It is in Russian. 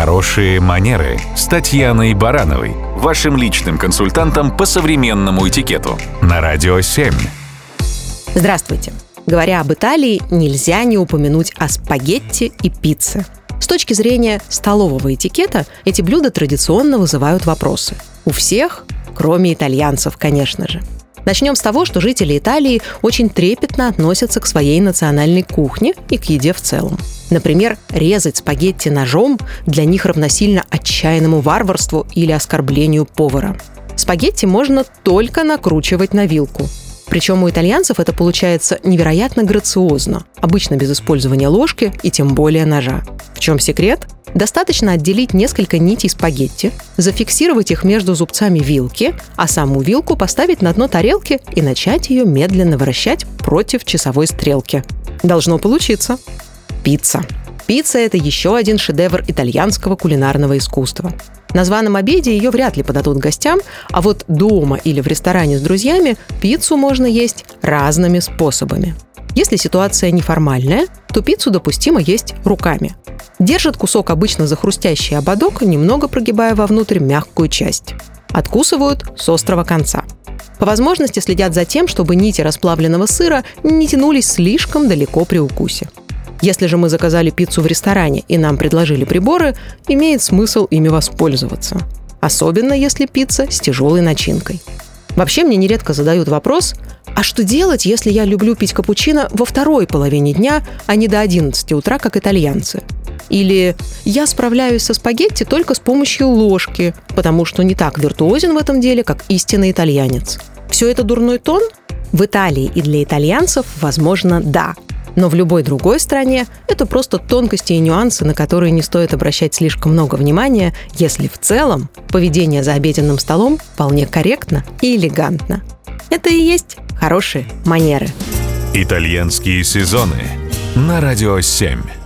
Хорошие манеры с Татьяной Барановой, вашим личным консультантом по современному этикету на Радио 7. Здравствуйте. Говоря об Италии, нельзя не упомянуть о спагетти и пицце. С точки зрения столового этикета, эти блюда традиционно вызывают вопросы. У всех, кроме итальянцев, конечно же. Начнем с того, что жители Италии очень трепетно относятся к своей национальной кухне и к еде в целом. Например, резать спагетти ножом для них равносильно отчаянному варварству или оскорблению повара. Спагетти можно только накручивать на вилку. Причем у итальянцев это получается невероятно грациозно, обычно без использования ложки и тем более ножа. В чем секрет? Достаточно отделить несколько нитей спагетти, зафиксировать их между зубцами вилки, а саму вилку поставить на дно тарелки и начать ее медленно вращать против часовой стрелки. Должно получиться. Пицца. Пицца – это еще один шедевр итальянского кулинарного искусства. На званом обеде ее вряд ли подадут гостям, а вот дома или в ресторане с друзьями пиццу можно есть разными способами. Если ситуация неформальная, то пиццу допустимо есть руками. Держит кусок обычно за хрустящий ободок, немного прогибая вовнутрь мягкую часть. Откусывают с острого конца. По возможности следят за тем, чтобы нити расплавленного сыра не тянулись слишком далеко при укусе. Если же мы заказали пиццу в ресторане и нам предложили приборы, имеет смысл ими воспользоваться. Особенно если пицца с тяжелой начинкой. Вообще мне нередко задают вопрос: а что делать, если я люблю пить капучино во второй половине дня, а не до 11 утра, как итальянцы? Или я справляюсь со спагетти только с помощью ложки, потому что не так виртуозен в этом деле, как истинный итальянец. Все это дурной тон? В Италии и для итальянцев, возможно, да. Но в любой другой стране это просто тонкости и нюансы, на которые не стоит обращать слишком много внимания, если в целом поведение за обеденным столом вполне корректно и элегантно. Это и есть хорошие манеры. Итальянские сезоны на Радио 7.